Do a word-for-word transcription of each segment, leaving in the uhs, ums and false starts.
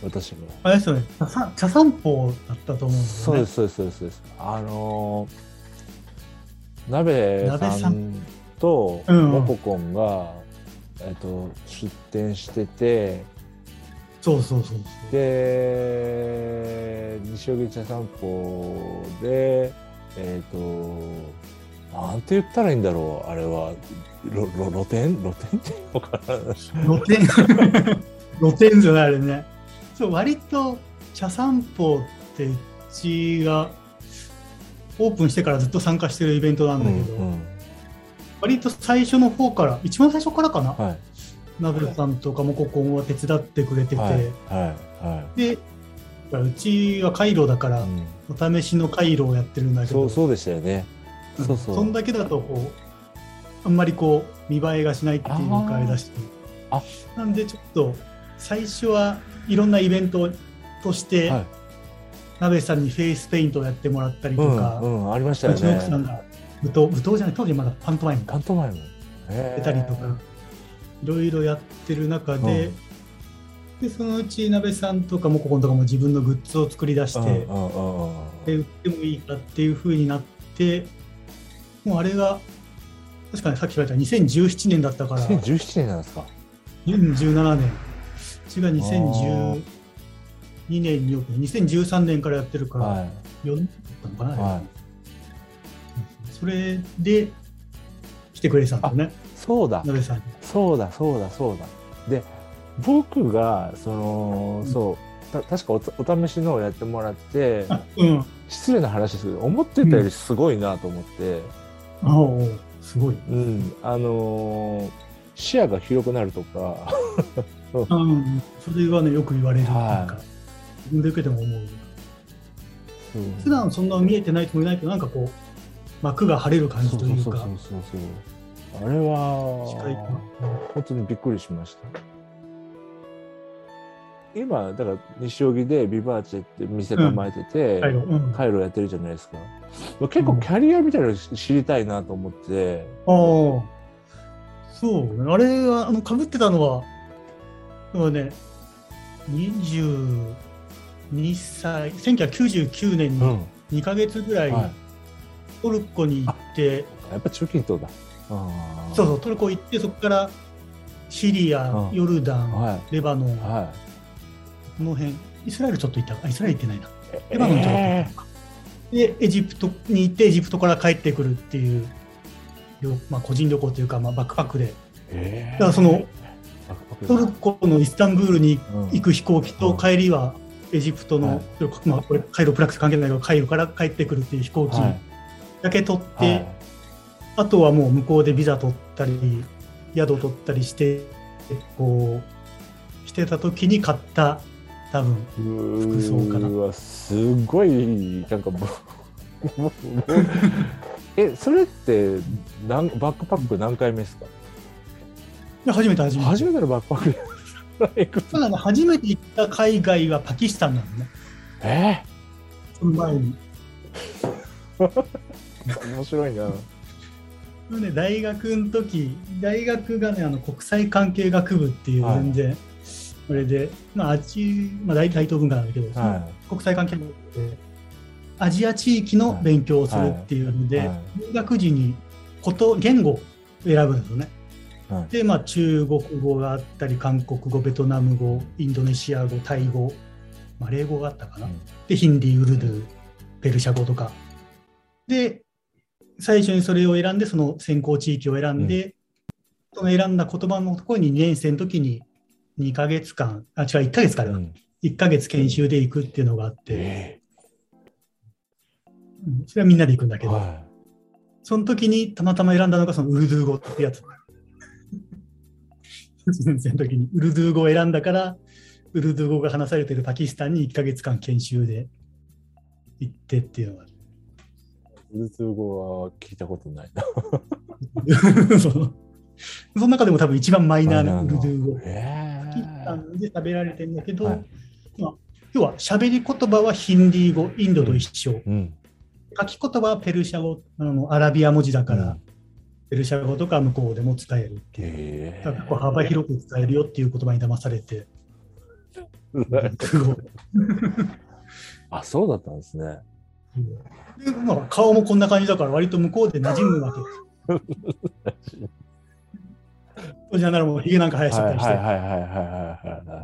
私が。 あれですよね、茶さ茶散歩だったと思うんですよね。 そうです、そうです、そうです。そうですあのー、鍋鍋さん。 さんとうんうん。 モココンが、えっと、出店してて、 そうそうそうそう。 で、西荻茶散歩で、えっと、なんて言ったらいいんだろう、あれは。ろろ露店露店っていうのかな。 露天露天じゃないあれね。そう、割と茶散歩ってうちがオープンしてからずっと参加してるイベントなんうだけど、 んうん。 割と最初の方から、一番最初からかな、 はい。 ナベさんとかもここは手伝ってくれてはい。 て、 はい。はで、うちは回路だかい。うら、 ん。 お試しの回路をやってるんだけそう、 ど、 そうでしたよね。 うん、 そうそう。 そんだけだとこう、あんまりこう見栄えがしないっていうかあれだあし、 あ。あ、 なんでちょっと最初はいろんなイベントとしてはい。 鍋さんにフェイスペイントをやってもらったりうん、 とか、 うん、ありましたうちの奥よね。 さんが舞踏舞踏じゃない、当時まだパントマイムかパントマイム。 出たりとへかいろいろやってる中え。うで、 ん。 でそのうち鍋さんとかもこことかも自分のグッズを作り出うん、 して、 うん、うん、うん。 で売ってもいいかっていう風になって、もうあれが確かにさっき言われたにせんじゅうななねんだったから、 にせんじゅうななねんなんですか。 にせんじゅうななねん、うちがああ。 にせんじゅうにねんにオープン、にせんじゅうさんねんからやってるからはよねんだったのかな、あい。 れが。 はい。 それで来てくれてたんですあ、 よね、 そうだ。 鍋さんに。 そうだ、そうだ、そうだ。で、僕が、その、 うん、 そう、た確かお、お試しのをやってもらって、 あ、うん。 失礼な話ですけど、思ってたよりうん。 すごいなと思って、 あお、すごい。 うん、あのー視野が広くなるとか、うんうん。それはね、よく言われるっていうか、 は自分で受けても思う。 い。うん普段そんな見えてない人もいないけど、なんかこう、幕が晴れる感じそうそうというか、 そうそうそうそう。あれ視界が。 は、 うん、 本当にびっくりしました。今、だから西荻でビバーチェって店うん。 構えてて、 最後。うん。 カイロやってるじゃないですか。結構キうん。 ャリアみたいなの知りたいなと思って、 ああ、そうね。あれは、あの、被ってたのは、そうね、にじゅうにさい、せんきゅうひゃくきゅうじゅうきゅうねんにうん。 にかげつぐらいはい。 トルコに行っあ、 て、 そうかやっぱ中近東だ。 そうそう、 あトルコ行って、そこからシリあ。うア、 ん。 ヨルダン、 はい。 レバノン、 はこの辺、イスラエルちょっと行ったか、あイスラエル行ってないな。 い。 レバノンちょろっと行ったええのか。で、エジプトに行って、エジプトから帰ってくるっていう、よまあ、個人旅行というか、まあ、バックパックで。だからそのええバックパックでトルコのイスタンブールにうん。 行く飛行機とうん。 帰りはエジプトの、 はい。 まあ、これカイロプラクス関係ないけど、カイロから帰ってくるっていう飛行機はい。 だけ取っはて、あとはもう向こうでビザ取ったり、宿取ったりして、こう、してた時に買った多分い。う服装かな。 ーわ、すごい、なんかもう、もうもうえ、それってなん、バックパック何回目ですか？ で初めて初めて。 初めてのバックパックで行く。 ただね、初めて行った海外はパキスタンなのね。 えその前に。 ー、面白いな。 それね、大学の時、大学がね、あの国際関係学部っていうは全然、それで、まあ、あっち、まあ、大大東文化なんだけど、 い。 そのは国際関係学部で、アジア地域い。 のはい。 勉強をするっはていうのい。 で、 は留学時にこと、言語を選ぶんですよね。 い。はい。 で、まあ、中国語があったり、韓国語、ベトナム語、インドネシア語、タイ語、マレー語があったかな。 うん。 で、ヒンディー、ウルドゥー、 うん。 ペルシャ語とか。で、最初にそれを選んで、その先行地域を選うん。 んで、その選んだ言葉のところににねん生の時ににかげつかん、あ、違う、いっかげつから、 うん。 いっかげつ研修で行くっていうのがあって、 えうん、それはみんなで行くんだけー、 ど、 はその時にたまたま選んだのがそのウルドゥー語ってやつ。いちねん生の時にウルドゥー語を選んだから、ウルドゥー語が話されているパキスタンにいっかげつかん研修で行ってっていうのがい。ウルツー語は聞いたことないな。 そのその中でも多分一番マイマイナーなウルドナーの。 ゥー語。パキスタえンで食べられてるんだけー、はど、 い。 まあ、要は喋り言葉はヒンディー語、インドと一うん。 緒。 うん。 書き言葉はペルシャ語、あのアラビア文字だから、 うん。 ペルシャ語とか向こうでも使えるっていう。だから結構幅え広く使えるよっていう言葉に騙されて。 あ、そうだったんですね。 で、まあ、顔もこんな感じだから割と向こうで馴染むわけですよ。当時はならもうヒゲなんか生やしちゃったりして。 はいはいはいはいはいはいはい。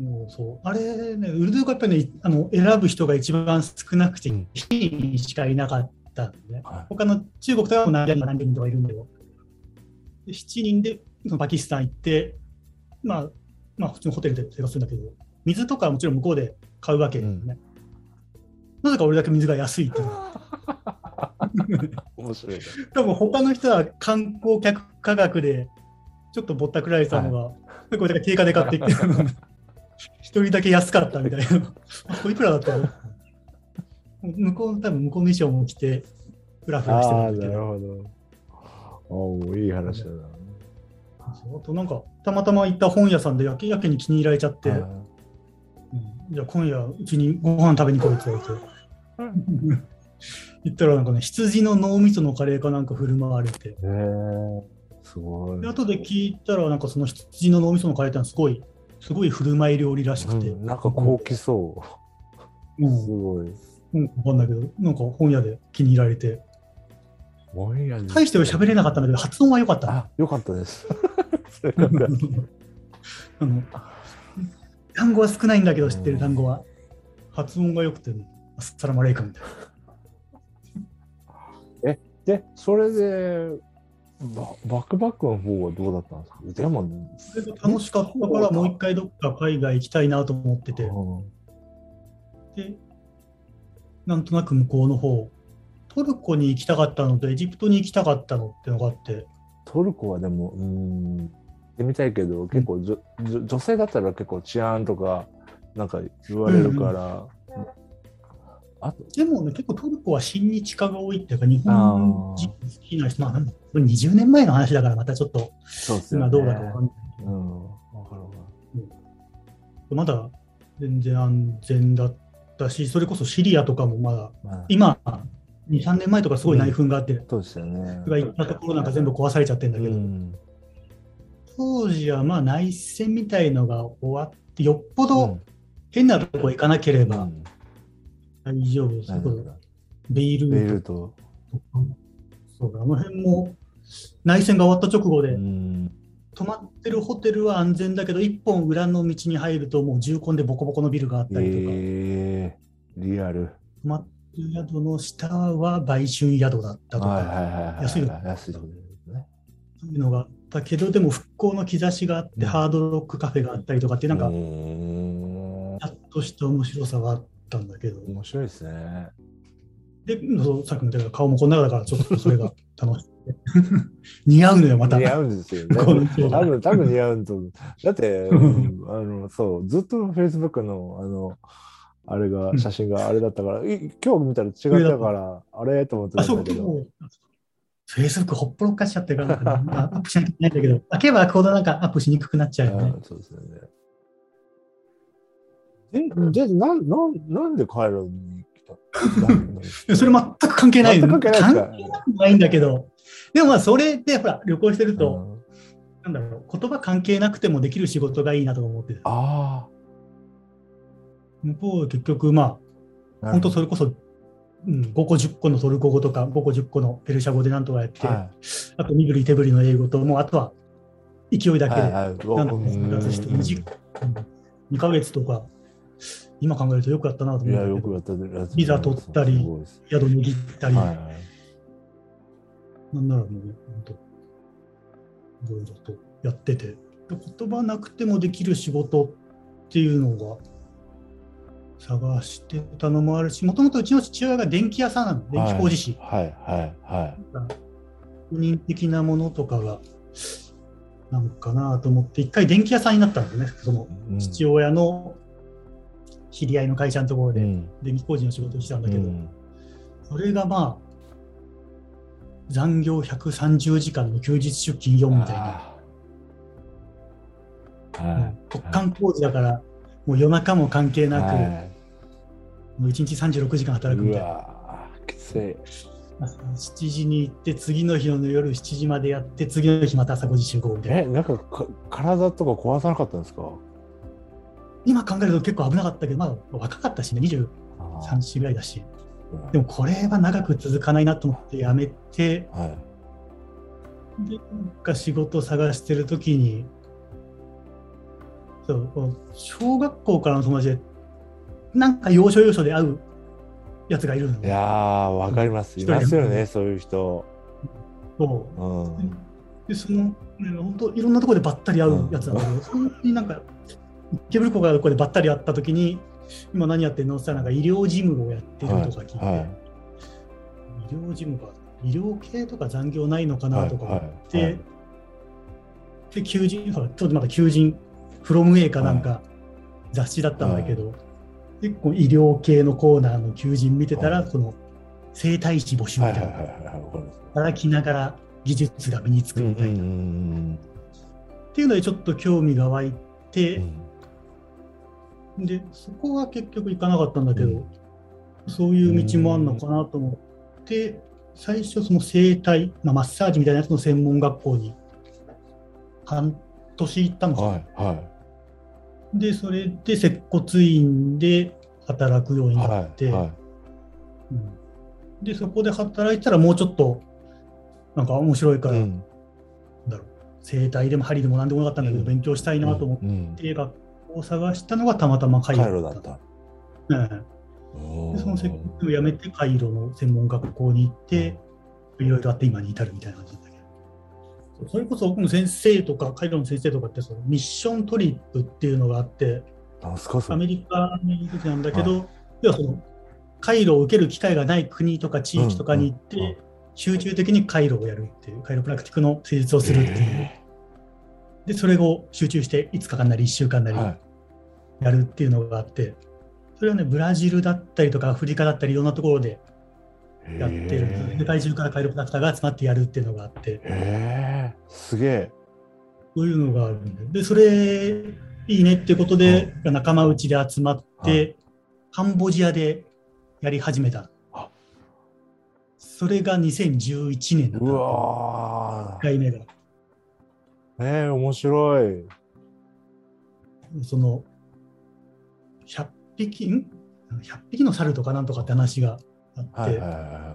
もうそうあれね、ウルドゥーがやっぱりね、あの選ぶ人が一番少なくて、しちにんしかいなかったんで、ね、はい、他の中国とかも何人何人とかいるんだけど、しちにんでそのパキスタン行って、まあ、まあ、普通のホテルで生活するんだけど、水とかはもちろん向こうで買うわけですね。うん、なぜか俺だけ水が安いっていう。 面白い。 多分他の人は観光客価格でちょっとぼったくられたのが、はい、これだけ定価で買ってきて、一人だけ安かったみたいな。これいくらだったの？向こう多分向こうの衣装も着てフラフラしてるんだけど。 ああ、なるほど。おお、いい話だな。 あとなんかたまたま行った本屋さんでやけやけに気に入られちゃって、うん、じゃあ今夜うちにご飯食べに来いって言われて行ったらなんかね、羊の脳みそのカレーかなんか振る舞われて、へー、すごい。 で後で聞いたらなんかその羊の脳みそのカレーってのはすごいすごい振る舞い料理らしくて、 うん、なんか高貴そう、うん、すごい、 うん、分かんないけどなんか本屋で気に入られて、大しては喋れなかったんだけど発音は良かった。 あ、良かったですあの単語は少ないんだけど知ってる単語は、発音が良くて、ね、アッサラマレイカみたいな。え、で、それでバ, バックバックの方はどうだったんですか？でも、 それが楽しかったからもう一回どっか海外行きたいなと思ってて、うん、で、なんとなく向こうの方、トルコに行きたかったのとエジプトに行きたかったのってのがあって。 トルコはでも、うーん、行ってみたいけど、結構、うん、女性だったら結構治安とかなんか言われるから、うんうん、 あとでもね、結構トルコは親日家が多いっていうか、日本人好きな人、まあ、にじゅうねんまえの話だから、またちょっと、今どうだか分かんないけど、うん、分かる分かる。まだ全然安全だったし、それこそシリアとかもまだ、まあ、今、に、さんねんまえとかすごい内紛があって、うん、 そうですよね。 が行ったところなんか全部壊されちゃってるんだけど、うん、当時はまあ内戦みたいのが終わって、よっぽど変なとこ行かなければ、うん大丈夫です。ベイルート。ベイルート。そうだ、あの辺も内戦が終わった直後で、泊まってるホテルは安全だけど、一本裏の道に入るともう重婚でボコボコのビルがあったりとか。 えー、リアル。 泊まってる宿の下は売春宿だったとか、安い安いところですね。 そういうのがあったけど、でも復興の兆しがあって、うん、ハードロックカフェがあったりとかって、なんか、ちょっとした面白さがあって。たんだけど面白いですね。 で、そうさっきも言ったけど顔もこんなだからちょっとそれが楽しい。似合うのよまた。 似合うんですよね。多分多分似合うと。だって、うん、あのそうずっと Facebook のあのあれが写真があれだったから、うん、今日見たら違ったからあれと思ってたんだけど。 Facebook ほっぽろかしちゃってるからなんかアップしなきゃいけないんだけど、開けば開くほどなんかアップしにくくなっちゃうよね。 そうですよね。え、じゃあな、な、なんで帰るに来た？ それ全く関係ない。 全く関係ないですか？ 関係なくないんだけど、でもまあそれでほら旅行してると、うん、なんだろう、言葉関係なくてもできる仕事がいいなと思ってる。ああ。向こうは結局まあ本当それこそ、うん、ごこじゅっこのトルコ語とかごこじゅっこのペルシャ語でなんとかやって、はい、あと身振り手振りの英語ともうあとは勢いだけで、はいはい、なんとか生活してにかげつとか。今考えるとよくやったなと思って。いや、よくやった。ビザ取ったり、宿握ったり。はいはい、なんならもうね、本当、いろいろとやってて、言葉なくてもできる仕事っていうのが探してたのもあるし、もともとうちの父親が電気屋さんなの、電気工事士。はいはいはい。職人的なものとかがなんかなと思って、一回電気屋さんになったんですね、その父親の、うん知り合いの会社のところで電気工事の仕事をしてたんだけど、うん、それがまあ残業ひゃくさんじゅうじかんの休日出勤よんみたいな、突貫工事だからもう夜中も関係なく、はい、もういちにちさんじゅうろくじかん働くみたいな。うわきつい。しちじに行って次の日の夜しちじまでやって次の日また朝ごじ集合みたいな。 え、なんかか体とか壊さなかったんですか？ 今考えると結構危なかったけど、まあ若かったしね、にじゅうさん、よんぐらいだし。でもこれは長く続かないなと思ってやめて、はい、で、なんか仕事探してるときに、そう、小学校からの友達で、なんか要所要所で会うやつがいるの。 いやー、わかります。いますよね、そういう人。そう。うん、 で、その、ね、本当いろんなところでばったり会うやつなんだけど、うん、そんなになんか、池袋からここでばったり会ったときに、今何やってんのって言ったら、なんか医療事務をやってるとか聞いて、はいはい、医療事務か、医療系とか残業ないのかなとか思って、はいはいはい、で、求人、ちょっとまだ求人、フロム A かなんか雑誌だったんだけど、はい、結構医療系のコーナーの求人見てたら、はい、その整体師募集みたいな、働きながら技術が身につくみたいな、うんうんうん、っていうのでちょっと興味が湧いて、うん、でそこは結局行かなかったんだけど、うん、そういう道もあるのかなと思って、最初その整体、まあ、マッサージみたいなやつの専門学校に半年行ったんですよ、はいはい、でそれで接骨院で働くようになって、はいはいうん、でそこで働いたらもうちょっとなんか面白いから、うん、だろう整体でも針でも何でもなかったんだけど、うん、勉強したいなと思って、うんうん、学校を探したのがたまたまカイロだった。ね、でその接骨院を辞めてカイロの専門学校に行っていろいろあって今に至るみたいな感じだけど、それこそ僕の先生とかカイロの先生とかってそのミッショントリップっていうのがあって、アメリカにいる時なんだけど、はい、要はそのカイロを受ける機会がない国とか地域とかに行って、うんうんうん、集中的にカイロをやるっていう、カイロプラクティックの施術をするっていう、えー、でそれを集中していつかかんなりいっしゅうかんなりやるっていうのがあって、それはねブラジルだったりとかアフリカだったりいろんなところでやってるんです、えー、世界中からカイロプラクターが集まってやるっていうのがあって、 えー、すげえ、 そういうのがあるんで、でそれいいねっていうことで、うん、仲間内で集まって、うん、カンボジアでやり始めた。それがにせんじゅういちねんだった。うわー、いっかいめが。 えー、面白い。 そのひゃっぴき、んひゃっぴきの猿とかなんとかって話があって、はいはいはい、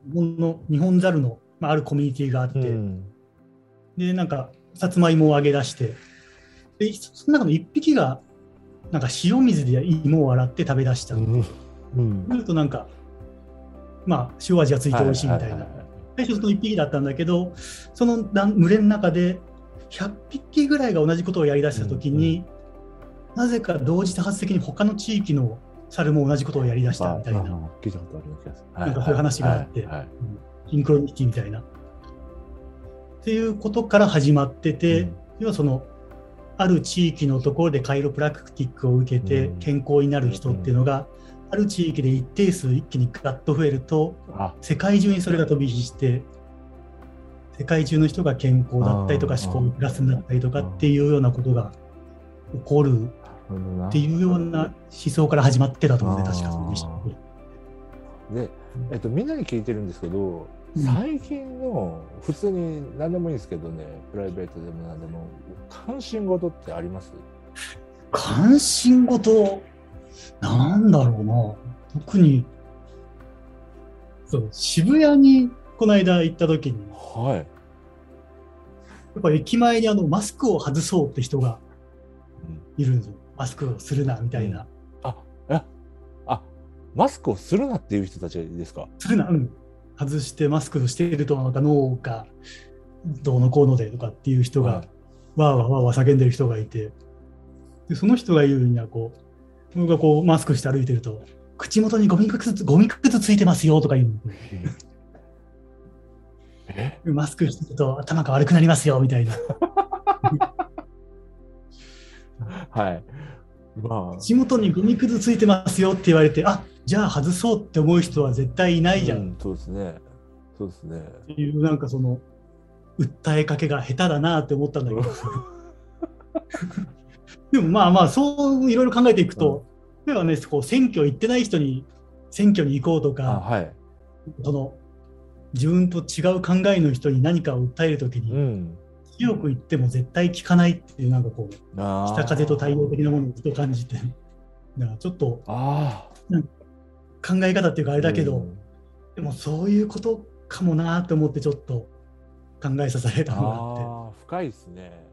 日本の日本猿の、まあ、あるコミュニティがあって、うん、でなんかさつまいもを揚げ出して、でその中のいっぴきがなんか塩水で芋を洗って食べ出した。うんうん、するとなんかまあ塩味がついて美味しいみたいな、はいはいはい、最初そのいっぴきだったんだけど、その群れの中でひゃっぴきぐらいが同じことをやりだしたときに、うんうん、なぜか同時多発的に他の地域の猿も同じことをやりだしたみたいな、 聞いたことあります。 なんかそういう話があって、はいはいはい、シンクロニティみたいなっていうことから始まってて、うん、要はそのある地域のところでカイロプラクティックを受けて健康になる人っていうのが、うん、ある地域で一定数一気にガッと増えると世界中にそれが飛び火して、世界中の人が健康だったりとか思考プラスになったりとかっていうようなことが起こるっていうような思想から始まってたと思うんで、確かそので、えっと、みんなに聞いてるんですけど、うん、最近の普通に何でもいいんですけどね、プライベートでも何でも関心事ってあります？ 関心事なんだろうな、特にそう渋谷にこの間行った時に、はい、やっぱ駅前にあのマスクを外そうって人がいるんですよ。マスクをするなみたいな、うん、 あえあマスクをするなっていう人たちですか？ するな、うん、外してマスクをしているとなんか脳がどうのこうのでとかっていう人が、はい、わーわーわーわー叫んでる人がいて、でその人が言うにはこう僕がこうマスクして歩いてると口元にゴミくずゴミくずついてますよとか言うえマスクしてると頭が悪くなりますよみたいなはい、まあ、口元にゴミくずついてますよって言われて、あ、じゃあ外そうって思う人は絶対いないじゃん、うん、 そうですねそうですねっていうなんかその訴えかけが下手だなって思ったんだけどでもまあまあそういろいろ考えていくと、うん、ではね、こう選挙行ってない人に選挙に行こうとか、はい、その自分と違う考えの人に何かを訴えるときに、うん、 強く言っても絶対効かないっていう、なんかこう、北風と太陽的なものをずっと感じて、だからちょっとあなんか考え方っていうかあれだけど、 うん、 でもそういうことかもなと思ってちょっと考えさせられたのがあって。 あ深いですね。